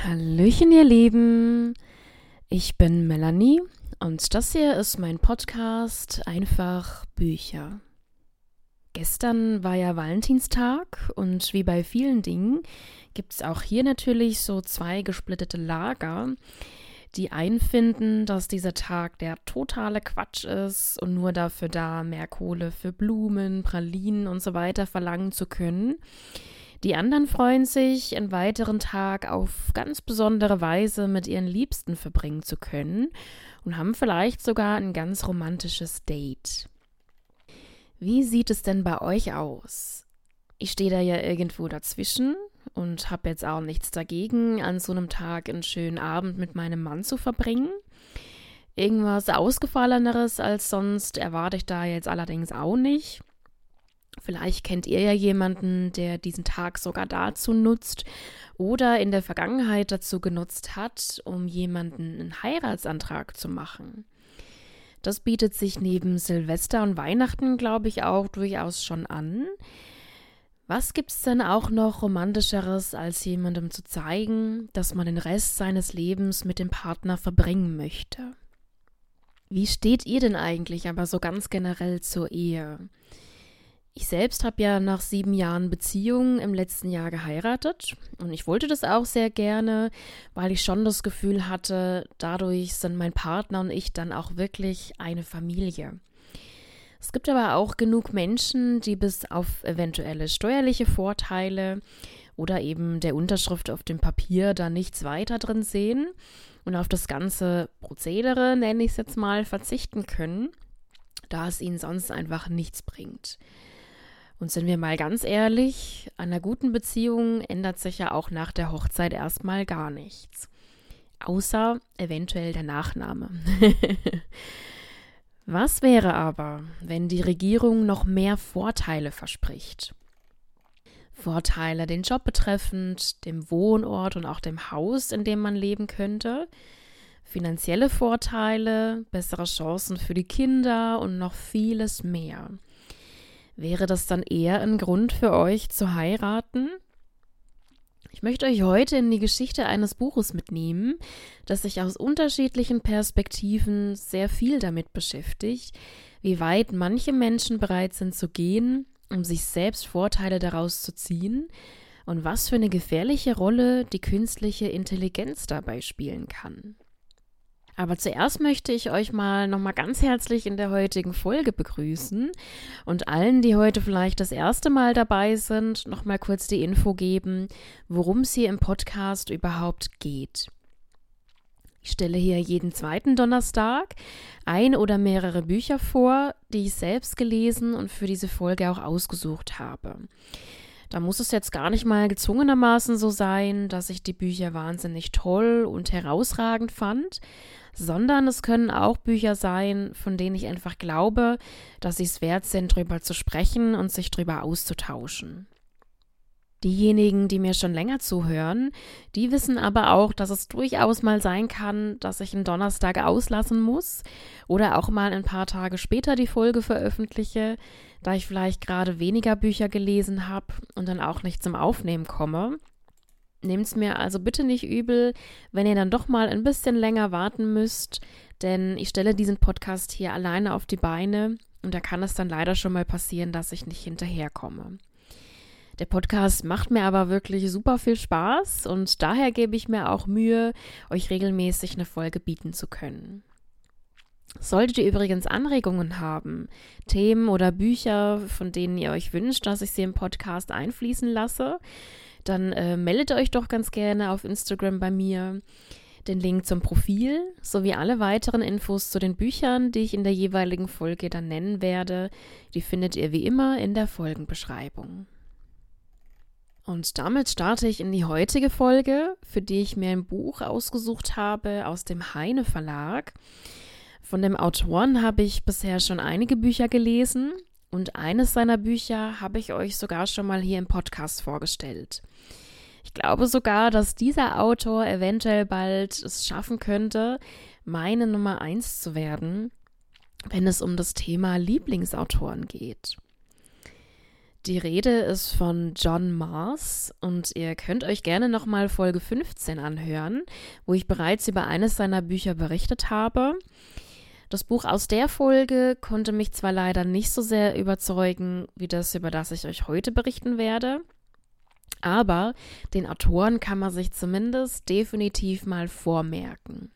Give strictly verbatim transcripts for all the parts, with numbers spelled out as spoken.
Hallöchen, ihr Lieben. Ich bin Melanie und das hier ist mein Podcast Einfach Bücher. Gestern war ja Valentinstag und wie bei vielen Dingen gibt es auch hier natürlich so zwei gesplittete Lager. Die einen finden, dass dieser Tag der totale Quatsch ist und nur dafür da, mehr Kohle für Blumen, Pralinen und so weiter verlangen zu können. Die anderen freuen sich, einen weiteren Tag auf ganz besondere Weise mit ihren Liebsten verbringen zu können und haben vielleicht sogar ein ganz romantisches Date. Wie sieht es denn bei euch aus? Ich stehe da ja irgendwo dazwischen und habe jetzt auch nichts dagegen, an so einem Tag einen schönen Abend mit meinem Mann zu verbringen. Irgendwas Ausgefalleneres als sonst erwarte ich da jetzt allerdings auch nicht. Vielleicht kennt ihr ja jemanden, der diesen Tag sogar dazu nutzt oder in der Vergangenheit dazu genutzt hat, um jemanden einen Heiratsantrag zu machen. Das bietet sich neben Silvester und Weihnachten, glaube ich, auch durchaus schon an. Was gibt's denn auch noch Romantischeres, als jemandem zu zeigen, dass man den Rest seines Lebens mit dem Partner verbringen möchte? Wie steht ihr denn eigentlich aber so ganz generell zur Ehe? Ich selbst habe ja nach sieben Jahren Beziehung im letzten Jahr geheiratet und ich wollte das auch sehr gerne, weil ich schon das Gefühl hatte, dadurch sind mein Partner und ich dann auch wirklich eine Familie. Es gibt aber auch genug Menschen, die bis auf eventuelle steuerliche Vorteile oder eben der Unterschrift auf dem Papier da nichts weiter drin sehen und auf das ganze Prozedere, nenne ich es jetzt mal, verzichten können, da es ihnen sonst einfach nichts bringt. Und sind wir mal ganz ehrlich, an einer guten Beziehung ändert sich ja auch nach der Hochzeit erstmal gar nichts. Außer eventuell der Nachname. Was wäre aber, wenn die Regierung noch mehr Vorteile verspricht? Vorteile den Job betreffend, dem Wohnort und auch dem Haus, in dem man leben könnte. Finanzielle Vorteile, bessere Chancen für die Kinder und noch vieles mehr. Wäre das dann eher ein Grund für euch zu heiraten? Ich möchte euch heute in die Geschichte eines Buches mitnehmen, das sich aus unterschiedlichen Perspektiven sehr viel damit beschäftigt, wie weit manche Menschen bereit sind zu gehen, um sich selbst Vorteile daraus zu ziehen und was für eine gefährliche Rolle die künstliche Intelligenz dabei spielen kann. Aber zuerst möchte ich euch mal nochmal ganz herzlich in der heutigen Folge begrüßen und allen, die heute vielleicht das erste Mal dabei sind, nochmal kurz die Info geben, worum es hier im Podcast überhaupt geht. Ich stelle hier jeden zweiten Donnerstag ein oder mehrere Bücher vor, die ich selbst gelesen und für diese Folge auch ausgesucht habe. Da muss es jetzt gar nicht mal gezwungenermaßen so sein, dass ich die Bücher wahnsinnig toll und herausragend fand, sondern es können auch Bücher sein, von denen ich einfach glaube, dass sie es wert sind, drüber zu sprechen und sich drüber auszutauschen. Diejenigen, die mir schon länger zuhören, die wissen aber auch, dass es durchaus mal sein kann, dass ich einen Donnerstag auslassen muss oder auch mal ein paar Tage später die Folge veröffentliche, da ich vielleicht gerade weniger Bücher gelesen habe und dann auch nicht zum Aufnehmen komme. Nehmt's mir also bitte nicht übel, wenn ihr dann doch mal ein bisschen länger warten müsst, denn ich stelle diesen Podcast hier alleine auf die Beine und da kann es dann leider schon mal passieren, dass ich nicht hinterherkomme. Der Podcast macht mir aber wirklich super viel Spaß und daher gebe ich mir auch Mühe, euch regelmäßig eine Folge bieten zu können. Solltet ihr übrigens Anregungen haben, Themen oder Bücher, von denen ihr euch wünscht, dass ich sie im Podcast einfließen lasse, dann äh, meldet euch doch ganz gerne auf Instagram bei mir. Den Link zum Profil sowie alle weiteren Infos zu den Büchern, die ich in der jeweiligen Folge dann nennen werde, die findet ihr wie immer in der Folgenbeschreibung. Und damit starte ich in die heutige Folge, für die ich mir ein Buch ausgesucht habe aus dem Heine Verlag. Von dem Autoren habe ich bisher schon einige Bücher gelesen und eines seiner Bücher habe ich euch sogar schon mal hier im Podcast vorgestellt. Ich glaube sogar, dass dieser Autor eventuell bald es schaffen könnte, meine Nummer eins zu werden, wenn es um das Thema Lieblingsautoren geht. Die Rede ist von John Marrs und ihr könnt euch gerne nochmal Folge fünfzehn anhören, wo ich bereits über eines seiner Bücher berichtet habe. Das Buch aus der Folge konnte mich zwar leider nicht so sehr überzeugen, wie das, über das ich euch heute berichten werde, aber den Autoren kann man sich zumindest definitiv mal vormerken.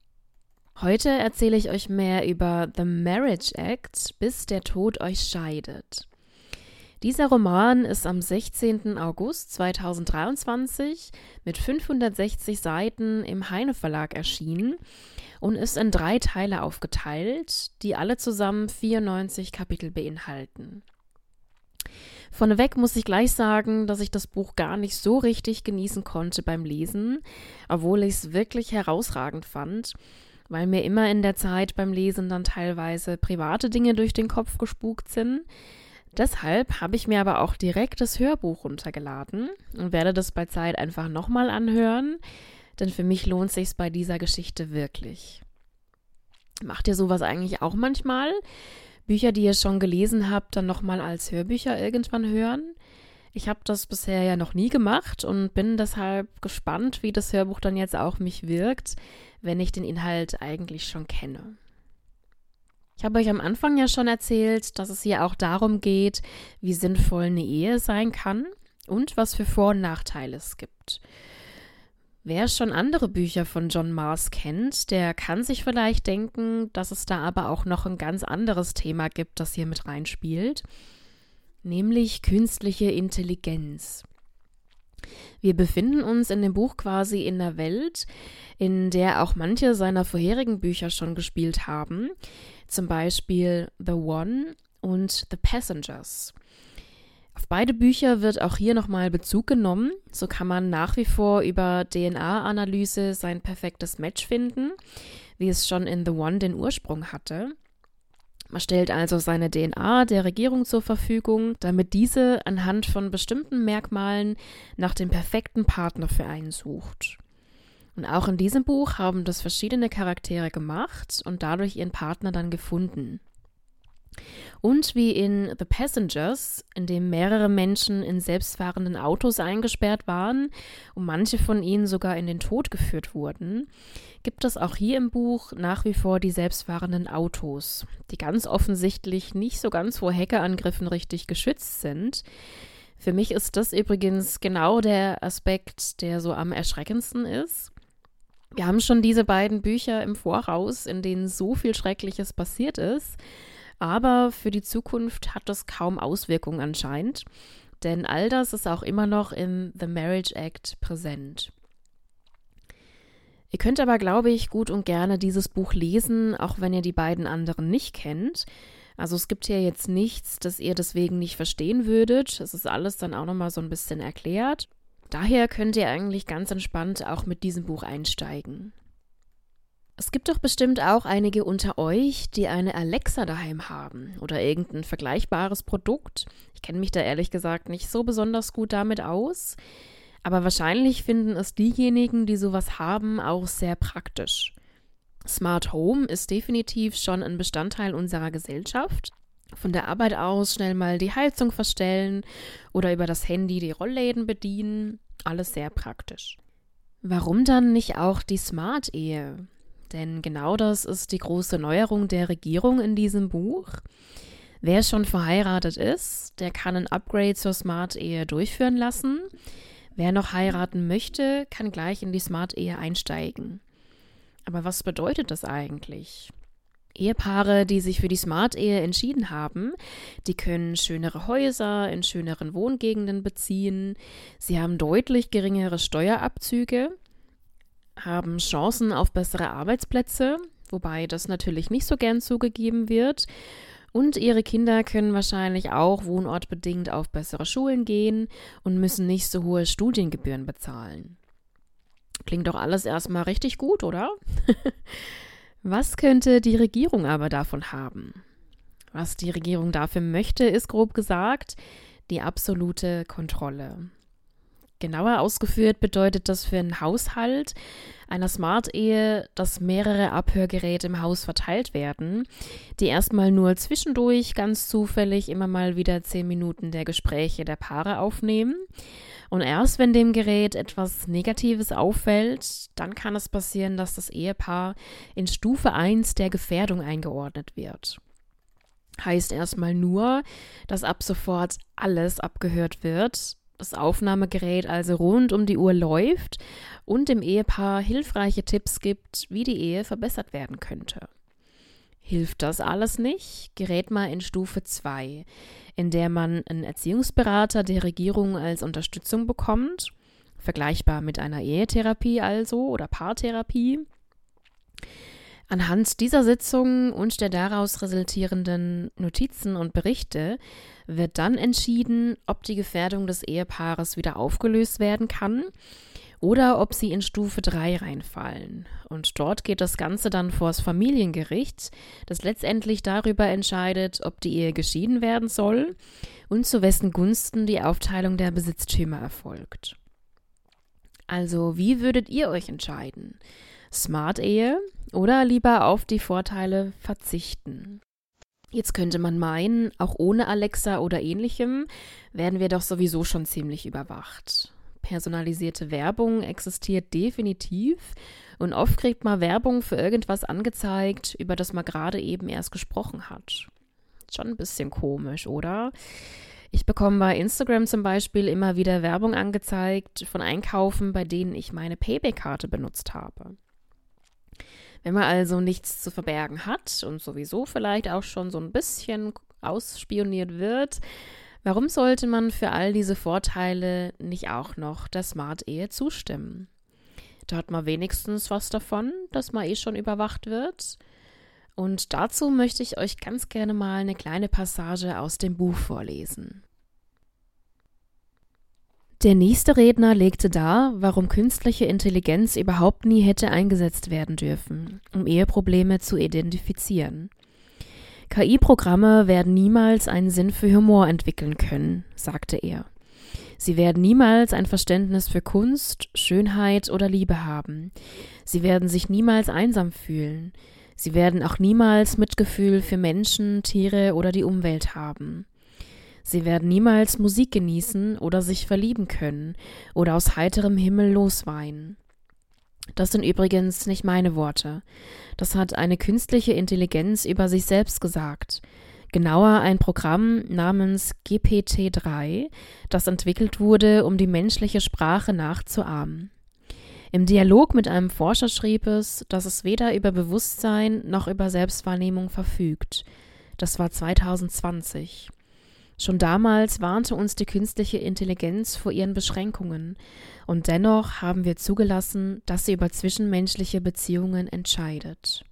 Heute erzähle ich euch mehr über The Marriage Act, bis der Tod euch scheidet. Dieser Roman ist am sechzehnten August zweitausenddreiundzwanzig mit fünfhundertsechzig Seiten im Heine Verlag erschienen und ist in drei Teile aufgeteilt, die alle zusammen vierundneunzig Kapitel beinhalten. Vorneweg muss ich gleich sagen, dass ich das Buch gar nicht so richtig genießen konnte beim Lesen, obwohl ich es wirklich herausragend fand, weil mir immer in der Zeit beim Lesen dann teilweise private Dinge durch den Kopf gespukt sind. Deshalb habe ich mir aber auch direkt das Hörbuch runtergeladen und werde das bei Zeit einfach nochmal anhören, denn für mich lohnt es sich bei dieser Geschichte wirklich. Macht ihr sowas eigentlich auch manchmal? Bücher, die ihr schon gelesen habt, dann nochmal als Hörbücher irgendwann hören? Ich habe das bisher ja noch nie gemacht und bin deshalb gespannt, wie das Hörbuch dann jetzt auf mich wirkt, wenn ich den Inhalt eigentlich schon kenne. Ich habe euch am Anfang ja schon erzählt, dass es hier auch darum geht, wie sinnvoll eine Ehe sein kann und was für Vor- und Nachteile es gibt. Wer schon andere Bücher von John Marrs kennt, der kann sich vielleicht denken, dass es da aber auch noch ein ganz anderes Thema gibt, das hier mit reinspielt, nämlich künstliche Intelligenz. Wir befinden uns in dem Buch quasi in einer Welt, in der auch manche seiner vorherigen Bücher schon gespielt haben, zum Beispiel The One und The Passengers. Auf beide Bücher wird auch hier nochmal Bezug genommen, so kann man nach wie vor über D N A-Analyse sein perfektes Match finden, wie es schon in The One den Ursprung hatte. Man stellt also seine D N A der Regierung zur Verfügung, damit diese anhand von bestimmten Merkmalen nach dem perfekten Partner für einen sucht. Und auch in diesem Buch haben das verschiedene Charaktere gemacht und dadurch ihren Partner dann gefunden. Und wie in The Passengers, in dem mehrere Menschen in selbstfahrenden Autos eingesperrt waren und manche von ihnen sogar in den Tod geführt wurden, gibt es auch hier im Buch nach wie vor die selbstfahrenden Autos, die ganz offensichtlich nicht so ganz vor Hackerangriffen richtig geschützt sind. Für mich ist das übrigens genau der Aspekt, der so am erschreckendsten ist. Wir haben schon diese beiden Bücher im Voraus, in denen so viel Schreckliches passiert ist, aber für die Zukunft hat das kaum Auswirkungen anscheinend, denn all das ist auch immer noch in The Marriage Act präsent. Ihr könnt aber, glaube ich, gut und gerne dieses Buch lesen, auch wenn ihr die beiden anderen nicht kennt. Also es gibt hier jetzt nichts, das ihr deswegen nicht verstehen würdet. Es ist alles dann auch nochmal so ein bisschen erklärt. Daher könnt ihr eigentlich ganz entspannt auch mit diesem Buch einsteigen. Es gibt doch bestimmt auch einige unter euch, die eine Alexa daheim haben oder irgendein vergleichbares Produkt. Ich kenne mich da ehrlich gesagt nicht so besonders gut damit aus, aber wahrscheinlich finden es diejenigen, die sowas haben, auch sehr praktisch. Smart Home ist definitiv schon ein Bestandteil unserer Gesellschaft. Von der Arbeit aus schnell mal die Heizung verstellen oder über das Handy die Rollläden bedienen, alles sehr praktisch. Warum dann nicht auch die Smart-Ehe? Denn genau das ist die große Neuerung der Regierung in diesem Buch. Wer schon verheiratet ist, der kann ein Upgrade zur Smart-Ehe durchführen lassen. Wer noch heiraten möchte, kann gleich in die Smart-Ehe einsteigen. Aber was bedeutet das eigentlich? Ehepaare, die sich für die Smart-Ehe entschieden haben, die können schönere Häuser in schöneren Wohngegenden beziehen. Sie haben deutlich geringere Steuerabzüge, haben Chancen auf bessere Arbeitsplätze, wobei das natürlich nicht so gern zugegeben wird. Und ihre Kinder können wahrscheinlich auch wohnortbedingt auf bessere Schulen gehen und müssen nicht so hohe Studiengebühren bezahlen. Klingt doch alles erstmal richtig gut, oder? Was könnte die Regierung aber davon haben? Was die Regierung dafür möchte, ist grob gesagt die absolute Kontrolle. Genauer ausgeführt bedeutet das für einen Haushalt einer Smart-Ehe, dass mehrere Abhörgeräte im Haus verteilt werden, die erstmal nur zwischendurch ganz zufällig immer mal wieder zehn Minuten der Gespräche der Paare aufnehmen. Und erst wenn dem Gerät etwas Negatives auffällt, dann kann es passieren, dass das Ehepaar in Stufe eins der Gefährdung eingeordnet wird. Heißt erstmal nur, dass ab sofort alles abgehört wird, das Aufnahmegerät also rund um die Uhr läuft und dem Ehepaar hilfreiche Tipps gibt, wie die Ehe verbessert werden könnte. Hilft das alles nicht, gerät man in Stufe zwei, in der man einen Erziehungsberater der Regierung als Unterstützung bekommt, vergleichbar mit einer Ehetherapie also oder Paartherapie. Anhand dieser Sitzungen und der daraus resultierenden Notizen und Berichte wird dann entschieden, ob die Gefährdung des Ehepaares wieder aufgelöst werden kann oder ob sie in Stufe drei reinfallen. Und dort geht das Ganze dann vor das Familiengericht, das letztendlich darüber entscheidet, ob die Ehe geschieden werden soll und zu wessen Gunsten die Aufteilung der Besitztümer erfolgt. Also, wie würdet ihr euch entscheiden? Smart-Ehe oder lieber auf die Vorteile verzichten? Jetzt könnte man meinen, auch ohne Alexa oder ähnlichem werden wir doch sowieso schon ziemlich überwacht. Personalisierte Werbung existiert definitiv und oft kriegt man Werbung für irgendwas angezeigt, über das man gerade eben erst gesprochen hat. Schon ein bisschen komisch, oder? Ich bekomme bei Instagram zum Beispiel immer wieder Werbung angezeigt von Einkaufen, bei denen ich meine Payback-Karte benutzt habe. Wenn man also nichts zu verbergen hat und sowieso vielleicht auch schon so ein bisschen ausspioniert wird, warum sollte man für all diese Vorteile nicht auch noch der Smart-Ehe zustimmen? Da hat man wenigstens was davon, dass man eh schon überwacht wird. Und dazu möchte ich euch ganz gerne mal eine kleine Passage aus dem Buch vorlesen. Der nächste Redner legte dar, warum künstliche Intelligenz überhaupt nie hätte eingesetzt werden dürfen, um Eheprobleme zu identifizieren. K I-Programme werden niemals einen Sinn für Humor entwickeln können, sagte er. Sie werden niemals ein Verständnis für Kunst, Schönheit oder Liebe haben. Sie werden sich niemals einsam fühlen. Sie werden auch niemals Mitgefühl für Menschen, Tiere oder die Umwelt haben. Sie werden niemals Musik genießen oder sich verlieben können oder aus heiterem Himmel losweinen. Das sind übrigens nicht meine Worte. Das hat eine künstliche Intelligenz über sich selbst gesagt. Genauer ein Programm namens G P T drei, das entwickelt wurde, um die menschliche Sprache nachzuahmen. Im Dialog mit einem Forscher schrieb es, dass es weder über Bewusstsein noch über Selbstwahrnehmung verfügt. Das war zwanzig zwanzig. Schon damals warnte uns die künstliche Intelligenz vor ihren Beschränkungen und dennoch haben wir zugelassen, dass sie über zwischenmenschliche Beziehungen entscheidet.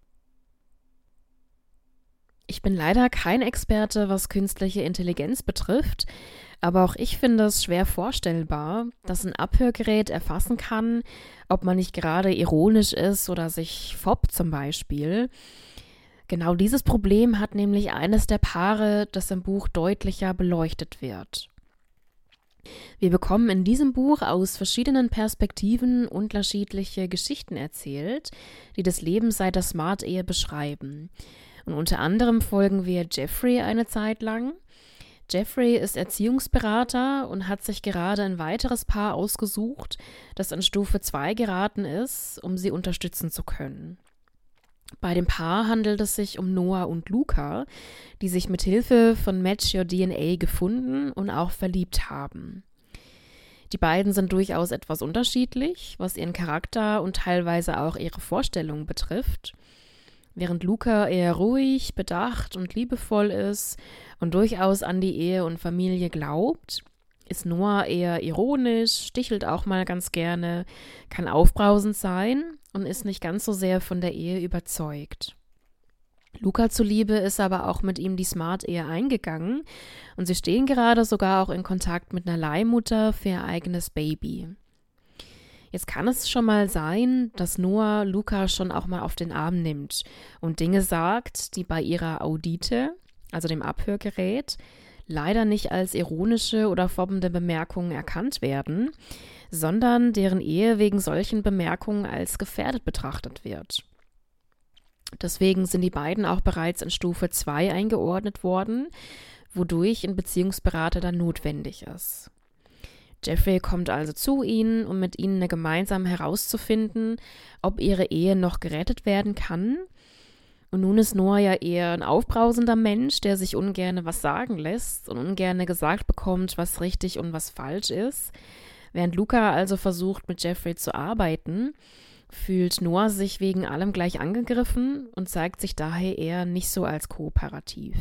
Ich bin leider kein Experte, was künstliche Intelligenz betrifft, aber auch ich finde es schwer vorstellbar, dass ein Abhörgerät erfassen kann, ob man nicht gerade ironisch ist oder sich foppt zum Beispiel. Genau dieses Problem hat nämlich eines der Paare, das im Buch deutlicher beleuchtet wird. Wir bekommen in diesem Buch aus verschiedenen Perspektiven unterschiedliche Geschichten erzählt, die das Leben seit der Smart-Ehe beschreiben. Und unter anderem folgen wir Jeffrey eine Zeit lang. Jeffrey ist Erziehungsberater und hat sich gerade ein weiteres Paar ausgesucht, das in Stufe zwei geraten ist, um sie unterstützen zu können. Bei dem Paar handelt es sich um Noah und Luca, die sich mit Hilfe von Match Your D N A gefunden und auch verliebt haben. Die beiden sind durchaus etwas unterschiedlich, was ihren Charakter und teilweise auch ihre Vorstellungen betrifft. Während Luca eher ruhig, bedacht und liebevoll ist und durchaus an die Ehe und Familie glaubt, ist Noah eher ironisch, stichelt auch mal ganz gerne, kann aufbrausend sein und ist nicht ganz so sehr von der Ehe überzeugt. Luca zuliebe ist aber auch mit ihm die Smart-Ehe eingegangen und sie stehen gerade sogar auch in Kontakt mit einer Leihmutter für ihr eigenes Baby. Jetzt kann es schon mal sein, dass Noah Luca schon auch mal auf den Arm nimmt und Dinge sagt, die bei ihrer Audite, also dem Abhörgerät, leider nicht als ironische oder foppende Bemerkungen erkannt werden, sondern deren Ehe wegen solchen Bemerkungen als gefährdet betrachtet wird. Deswegen sind die beiden auch bereits in Stufe zwei eingeordnet worden, wodurch ein Beziehungsberater dann notwendig ist. Jeffrey kommt also zu ihnen, um mit ihnen eine gemeinsam herauszufinden, ob ihre Ehe noch gerettet werden kann. Und nun ist Noah ja eher ein aufbrausender Mensch, der sich ungern was sagen lässt und ungern gesagt bekommt, was richtig und was falsch ist. Während Luca also versucht, mit Jeffrey zu arbeiten, fühlt Noah sich wegen allem gleich angegriffen und zeigt sich daher eher nicht so als kooperativ.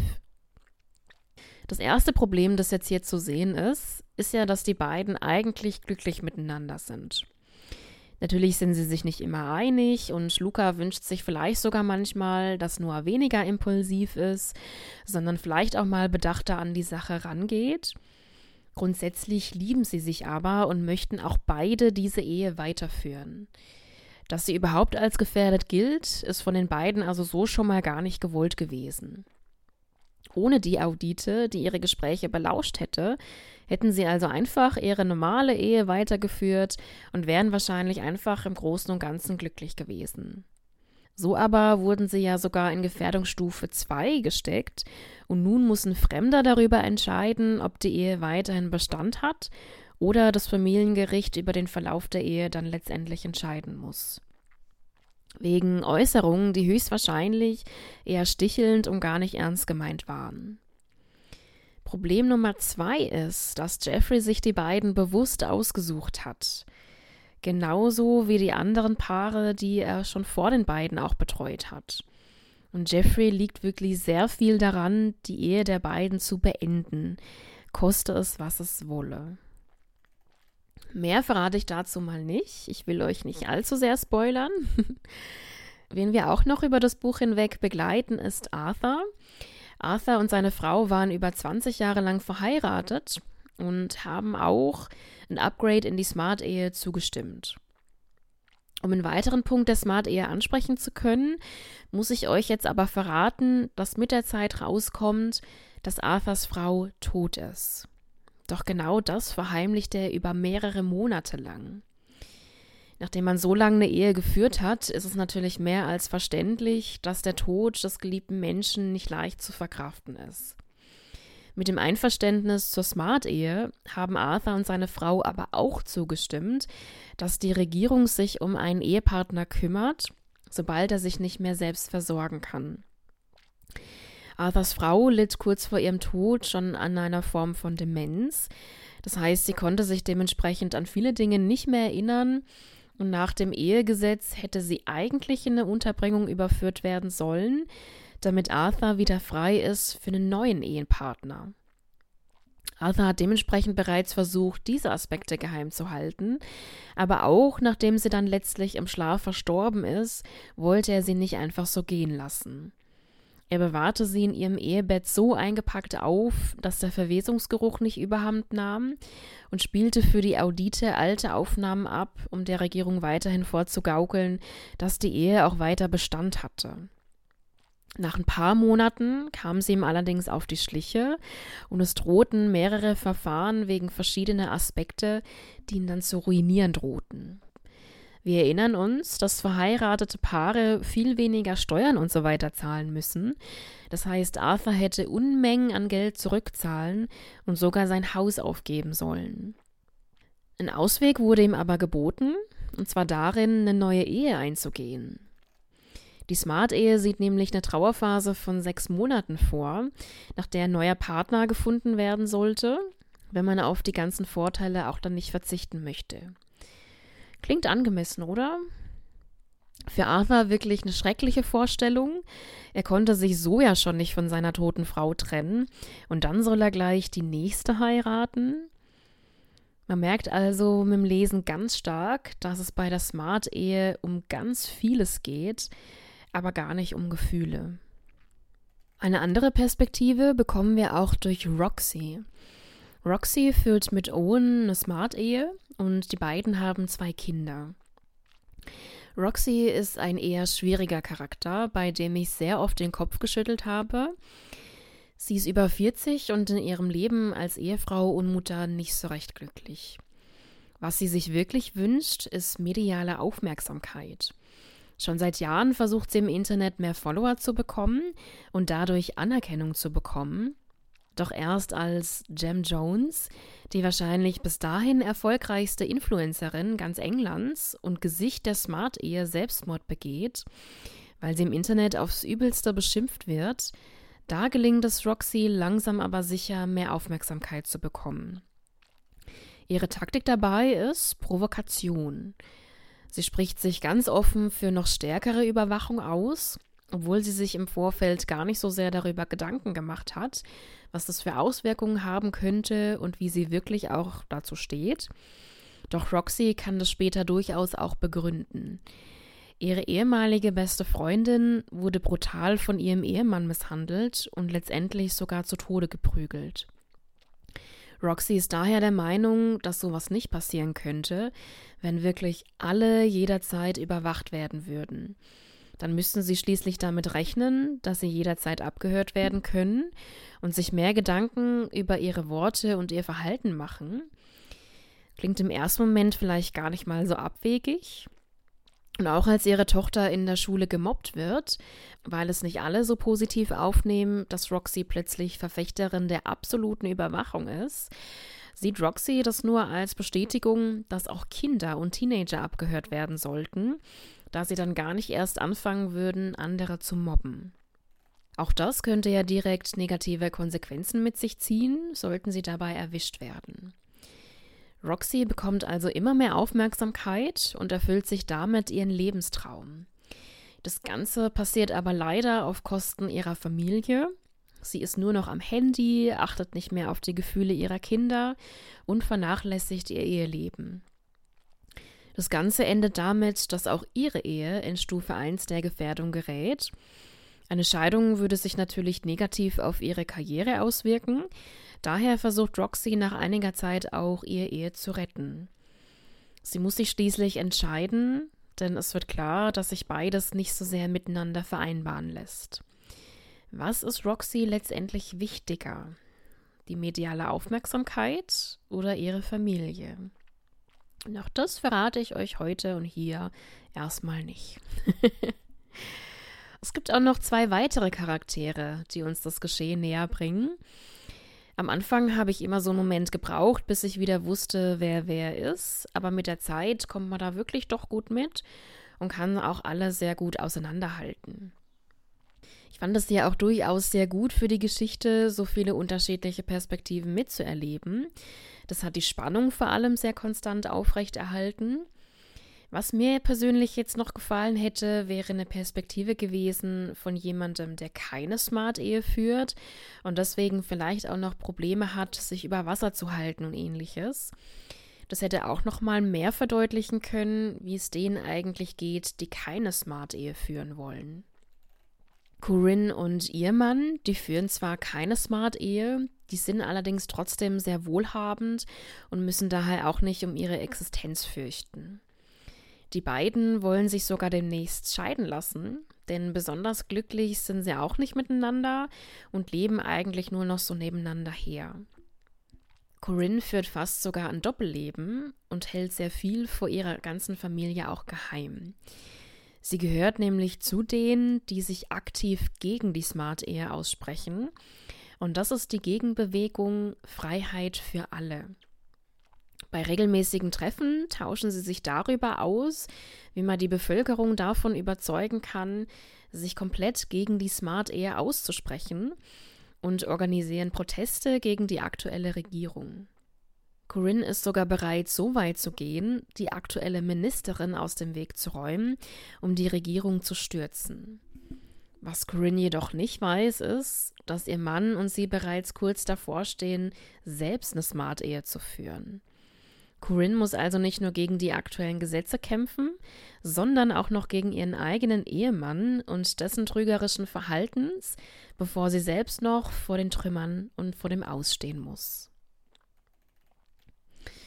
Das erste Problem, das jetzt hier zu sehen ist, ist ja, dass die beiden eigentlich glücklich miteinander sind. Natürlich sind sie sich nicht immer einig und Luca wünscht sich vielleicht sogar manchmal, dass Noah weniger impulsiv ist, sondern vielleicht auch mal bedachter an die Sache rangeht. Grundsätzlich lieben sie sich aber und möchten auch beide diese Ehe weiterführen. Dass sie überhaupt als gefährdet gilt, ist von den beiden also so schon mal gar nicht gewollt gewesen. Ohne die Audite, die ihre Gespräche belauscht hätte, hätten sie also einfach ihre normale Ehe weitergeführt und wären wahrscheinlich einfach im Großen und Ganzen glücklich gewesen. So aber wurden sie ja sogar in Gefährdungsstufe zwei gesteckt und nun muss ein Fremder darüber entscheiden, ob die Ehe weiterhin Bestand hat oder das Familiengericht über den Verlauf der Ehe dann letztendlich entscheiden muss. Wegen Äußerungen, die höchstwahrscheinlich eher stichelnd und gar nicht ernst gemeint waren. Problem Nummer zwei ist, dass Jeffrey sich die beiden bewusst ausgesucht hat. Genauso wie die anderen Paare, die er schon vor den beiden auch betreut hat. Und Jeffrey liegt wirklich sehr viel daran, die Ehe der beiden zu beenden, koste es, was es wolle. Mehr verrate ich dazu mal nicht. Ich will euch nicht allzu sehr spoilern. Wen wir auch noch über das Buch hinweg begleiten, ist Arthur. Arthur und seine Frau waren über zwanzig Jahre lang verheiratet und haben auch ein Upgrade in die Smart-Ehe zugestimmt. Um einen weiteren Punkt der Smart-Ehe ansprechen zu können, muss ich euch jetzt aber verraten, dass mit der Zeit rauskommt, dass Arthurs Frau tot ist. Doch genau das verheimlicht er über mehrere Monate lang. Nachdem man so lange eine Ehe geführt hat, ist es natürlich mehr als verständlich, dass der Tod des geliebten Menschen nicht leicht zu verkraften ist. Mit dem Einverständnis zur Smart-Ehe haben Arthur und seine Frau aber auch zugestimmt, dass die Regierung sich um einen Ehepartner kümmert, sobald er sich nicht mehr selbst versorgen kann. Arthurs Frau litt kurz vor ihrem Tod schon an einer Form von Demenz. Das heißt, sie konnte sich dementsprechend an viele Dinge nicht mehr erinnern und nach dem Ehegesetz hätte sie eigentlich in eine Unterbringung überführt werden sollen, damit Arthur wieder frei ist für einen neuen Ehepartner. Arthur hat dementsprechend bereits versucht, diese Aspekte geheim zu halten, aber auch nachdem sie dann letztlich im Schlaf verstorben ist, wollte er sie nicht einfach so gehen lassen. Er bewahrte sie in ihrem Ehebett so eingepackt auf, dass der Verwesungsgeruch nicht überhand nahm und spielte für die Audite alte Aufnahmen ab, um der Regierung weiterhin vorzugaukeln, dass die Ehe auch weiter Bestand hatte. Nach ein paar Monaten kam sie ihm allerdings auf die Schliche und es drohten mehrere Verfahren wegen verschiedener Aspekte, die ihn dann zu ruinieren drohten. Wir erinnern uns, dass verheiratete Paare viel weniger Steuern und so weiter zahlen müssen. Das heißt, Arthur hätte Unmengen an Geld zurückzahlen und sogar sein Haus aufgeben sollen. Ein Ausweg wurde ihm aber geboten, und zwar darin, eine neue Ehe einzugehen. Die Smart-Ehe sieht nämlich eine Trauerphase von sechs Monaten vor, nach der ein neuer Partner gefunden werden sollte, wenn man auf die ganzen Vorteile auch dann nicht verzichten möchte. Klingt angemessen, oder? Für Arthur wirklich eine schreckliche Vorstellung. Er konnte sich so ja schon nicht von seiner toten Frau trennen und dann soll er gleich die nächste heiraten. Man merkt also mit dem Lesen ganz stark, dass es bei der Smart-Ehe um ganz vieles geht, aber gar nicht um Gefühle. Eine andere Perspektive bekommen wir auch durch Roxy. Roxy führt mit Owen eine Smart-Ehe und die beiden haben zwei Kinder. Roxy ist ein eher schwieriger Charakter, bei dem ich sehr oft den Kopf geschüttelt habe. Sie ist über vierzig und in ihrem Leben als Ehefrau und Mutter nicht so recht glücklich. Was sie sich wirklich wünscht, ist mediale Aufmerksamkeit. Schon seit Jahren versucht sie im Internet mehr Follower zu bekommen und dadurch Anerkennung zu bekommen. Doch erst als Gem Jones, die wahrscheinlich bis dahin erfolgreichste Influencerin ganz Englands und Gesicht der Smart-Ehe, Selbstmord begeht, weil sie im Internet aufs Übelste beschimpft wird, da gelingt es Roxy langsam aber sicher, mehr Aufmerksamkeit zu bekommen. Ihre Taktik dabei ist Provokation. Sie spricht sich ganz offen für noch stärkere Überwachung aus, obwohl sie sich im Vorfeld gar nicht so sehr darüber Gedanken gemacht hat, was das für Auswirkungen haben könnte und wie sie wirklich auch dazu steht. Doch Roxy kann das später durchaus auch begründen. Ihre ehemalige beste Freundin wurde brutal von ihrem Ehemann misshandelt und letztendlich sogar zu Tode geprügelt. Roxy ist daher der Meinung, dass sowas nicht passieren könnte, wenn wirklich alle jederzeit überwacht werden würden. Dann müssten sie schließlich damit rechnen, dass sie jederzeit abgehört werden können und sich mehr Gedanken über ihre Worte und ihr Verhalten machen. Klingt im ersten Moment vielleicht gar nicht mal so abwegig. Und auch als ihre Tochter in der Schule gemobbt wird, weil es nicht alle so positiv aufnehmen, dass Roxy plötzlich Verfechterin der absoluten Überwachung ist, sieht Roxy das nur als Bestätigung, dass auch Kinder und Teenager abgehört werden sollten, da sie dann gar nicht erst anfangen würden, andere zu mobben. Auch das könnte ja direkt negative Konsequenzen mit sich ziehen, sollten sie dabei erwischt werden. Roxy bekommt also immer mehr Aufmerksamkeit und erfüllt sich damit ihren Lebenstraum. Das Ganze passiert aber leider auf Kosten ihrer Familie. Sie ist nur noch am Handy, achtet nicht mehr auf die Gefühle ihrer Kinder und vernachlässigt ihr Eheleben. Das Ganze endet damit, dass auch ihre Ehe in Stufe eins der Gefährdung gerät. Eine Scheidung würde sich natürlich negativ auf ihre Karriere auswirken. Daher versucht Roxy nach einiger Zeit auch, ihre Ehe zu retten. Sie muss sich schließlich entscheiden, denn es wird klar, dass sich beides nicht so sehr miteinander vereinbaren lässt. Was ist Roxy letztendlich wichtiger? Die mediale Aufmerksamkeit oder ihre Familie? Und auch das verrate ich euch heute und hier erstmal nicht. Es gibt auch noch zwei weitere Charaktere, die uns das Geschehen näher bringen. Am Anfang habe ich immer so einen Moment gebraucht, bis ich wieder wusste, wer wer ist. Aber mit der Zeit kommt man da wirklich doch gut mit und kann auch alle sehr gut auseinanderhalten. Ich fand es ja auch durchaus sehr gut für die Geschichte, so viele unterschiedliche Perspektiven mitzuerleben. Das hat die Spannung vor allem sehr konstant aufrechterhalten. Was mir persönlich jetzt noch gefallen hätte, wäre eine Perspektive gewesen von jemandem, der keine Smart-Ehe führt und deswegen vielleicht auch noch Probleme hat, sich über Wasser zu halten und ähnliches. Das hätte auch noch mal mehr verdeutlichen können, wie es denen eigentlich geht, die keine Smart-Ehe führen wollen. Corinne und ihr Mann, die führen zwar keine Smart-Ehe, die sind allerdings trotzdem sehr wohlhabend und müssen daher auch nicht um ihre Existenz fürchten. Die beiden wollen sich sogar demnächst scheiden lassen, denn besonders glücklich sind sie auch nicht miteinander und leben eigentlich nur noch so nebeneinander her. Corinne führt fast sogar ein Doppelleben und hält sehr viel vor ihrer ganzen Familie auch geheim. Sie gehört nämlich zu denen, die sich aktiv gegen die Smart-Ehe aussprechen, und das ist die Gegenbewegung Freiheit für alle. Bei regelmäßigen Treffen tauschen sie sich darüber aus, wie man die Bevölkerung davon überzeugen kann, sich komplett gegen die Smart-Ehe auszusprechen, und organisieren Proteste gegen die aktuelle Regierung. Corinne ist sogar bereit, so weit zu gehen, die aktuelle Ministerin aus dem Weg zu räumen, um die Regierung zu stürzen. Was Corinne jedoch nicht weiß, ist, dass ihr Mann und sie bereits kurz davor stehen, selbst eine Smart-Ehe zu führen. Corinne muss also nicht nur gegen die aktuellen Gesetze kämpfen, sondern auch noch gegen ihren eigenen Ehemann und dessen trügerischen Verhaltens, bevor sie selbst noch vor den Trümmern und vor dem Ausstehen muss.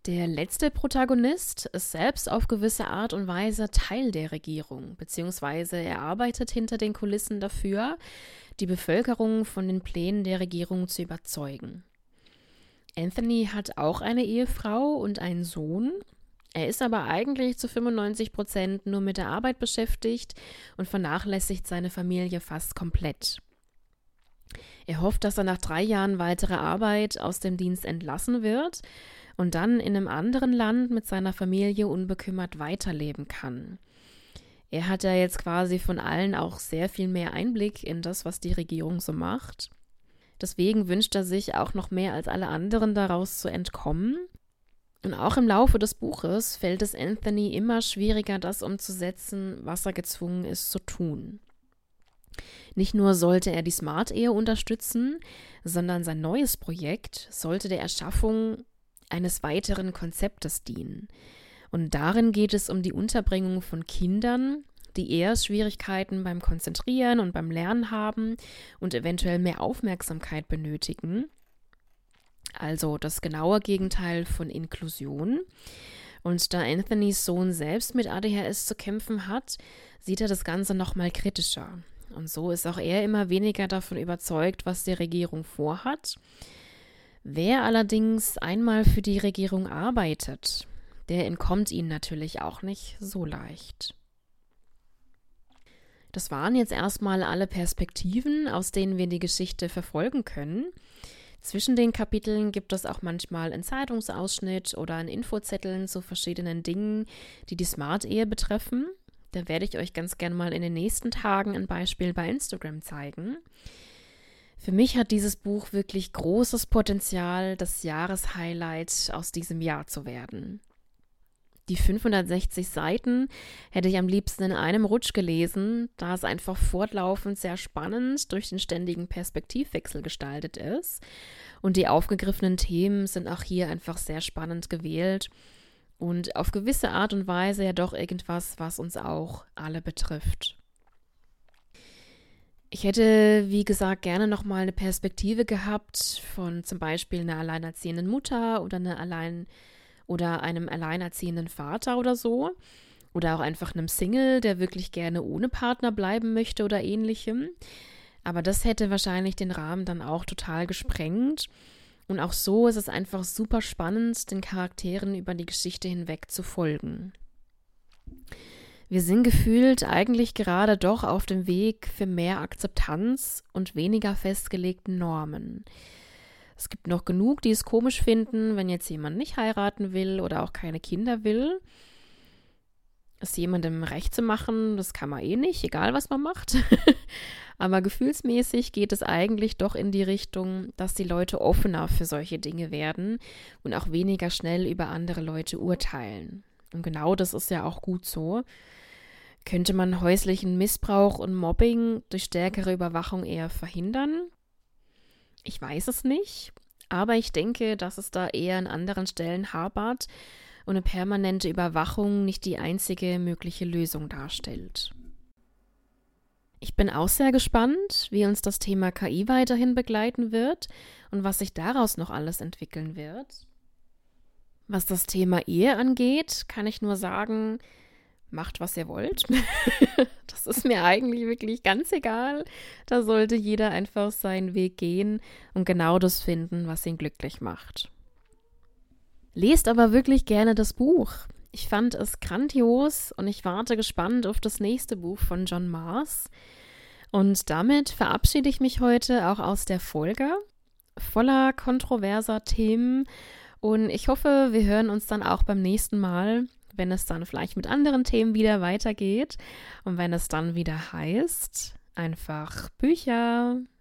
Der letzte Protagonist ist selbst auf gewisse Art und Weise Teil der Regierung, beziehungsweise er arbeitet hinter den Kulissen dafür, die Bevölkerung von den Plänen der Regierung zu überzeugen. Anthony hat auch eine Ehefrau und einen Sohn. Er ist aber eigentlich zu fünfundneunzig Prozent nur mit der Arbeit beschäftigt und vernachlässigt seine Familie fast komplett. Er hofft, dass er nach drei Jahren weitere Arbeit aus dem Dienst entlassen wird und dann in einem anderen Land mit seiner Familie unbekümmert weiterleben kann. Er hat ja jetzt quasi von allen auch sehr viel mehr Einblick in das, was die Regierung so macht. Deswegen wünscht er sich auch noch mehr als alle anderen daraus zu entkommen. Und auch im Laufe des Buches fällt es Anthony immer schwieriger, das umzusetzen, was er gezwungen ist zu tun. Nicht nur sollte er die Smart-Ehe unterstützen, sondern sein neues Projekt sollte der Erschaffung eines weiteren Konzeptes dienen. Und darin geht es um die Unterbringung von Kindern, die eher Schwierigkeiten beim Konzentrieren und beim Lernen haben und eventuell mehr Aufmerksamkeit benötigen. Also das genaue Gegenteil von Inklusion. Und da Anthonys Sohn selbst mit A D H S zu kämpfen hat, sieht er das Ganze nochmal kritischer. Und so ist auch er immer weniger davon überzeugt, was die Regierung vorhat. Wer allerdings einmal für die Regierung arbeitet, der entkommt ihnen natürlich auch nicht so leicht. Das waren jetzt erstmal alle Perspektiven, aus denen wir die Geschichte verfolgen können. Zwischen den Kapiteln gibt es auch manchmal einen Zeitungsausschnitt oder einen Infozetteln zu verschiedenen Dingen, die die Smart-Ehe betreffen. Da werde ich euch ganz gern mal in den nächsten Tagen ein Beispiel bei Instagram zeigen. Für mich hat dieses Buch wirklich großes Potenzial, das Jahreshighlight aus diesem Jahr zu werden. Die fünfhundertsechzig Seiten hätte ich am liebsten in einem Rutsch gelesen, da es einfach fortlaufend sehr spannend durch den ständigen Perspektivwechsel gestaltet ist. Und die aufgegriffenen Themen sind auch hier einfach sehr spannend gewählt und auf gewisse Art und Weise ja doch irgendwas, was uns auch alle betrifft. Ich hätte, wie gesagt, gerne nochmal eine Perspektive gehabt von zum Beispiel einer alleinerziehenden Mutter oder einer allein oder einem alleinerziehenden Vater oder so. Oder auch einfach einem Single, der wirklich gerne ohne Partner bleiben möchte oder ähnlichem. Aber das hätte wahrscheinlich den Rahmen dann auch total gesprengt. Und auch so ist es einfach super spannend, den Charakteren über die Geschichte hinweg zu folgen. Wir sind gefühlt eigentlich gerade doch auf dem Weg für mehr Akzeptanz und weniger festgelegten Normen. Es gibt noch genug, die es komisch finden, wenn jetzt jemand nicht heiraten will oder auch keine Kinder will. Es jemandem recht zu machen, das kann man eh nicht, egal was man macht. Aber gefühlsmäßig geht es eigentlich doch in die Richtung, dass die Leute offener für solche Dinge werden und auch weniger schnell über andere Leute urteilen. Und genau das ist ja auch gut so. Könnte man häuslichen Missbrauch und Mobbing durch stärkere Überwachung eher verhindern? Ich weiß es nicht, aber ich denke, dass es da eher an anderen Stellen hapert und eine permanente Überwachung nicht die einzige mögliche Lösung darstellt. Ich bin auch sehr gespannt, wie uns das Thema K I weiterhin begleiten wird und was sich daraus noch alles entwickeln wird. Was das Thema Ehe angeht, kann ich nur sagen, macht, was ihr wollt. Das ist mir eigentlich wirklich ganz egal. Da sollte jeder einfach seinen Weg gehen und genau das finden, was ihn glücklich macht. Lest aber wirklich gerne das Buch. Ich fand es grandios und ich warte gespannt auf das nächste Buch von John Marrs. Und damit verabschiede ich mich heute auch aus der Folge voller kontroverser Themen und ich hoffe, wir hören uns dann auch beim nächsten Mal, wenn es dann vielleicht mit anderen Themen wieder weitergeht und wenn es dann wieder heißt, einfach Bücher.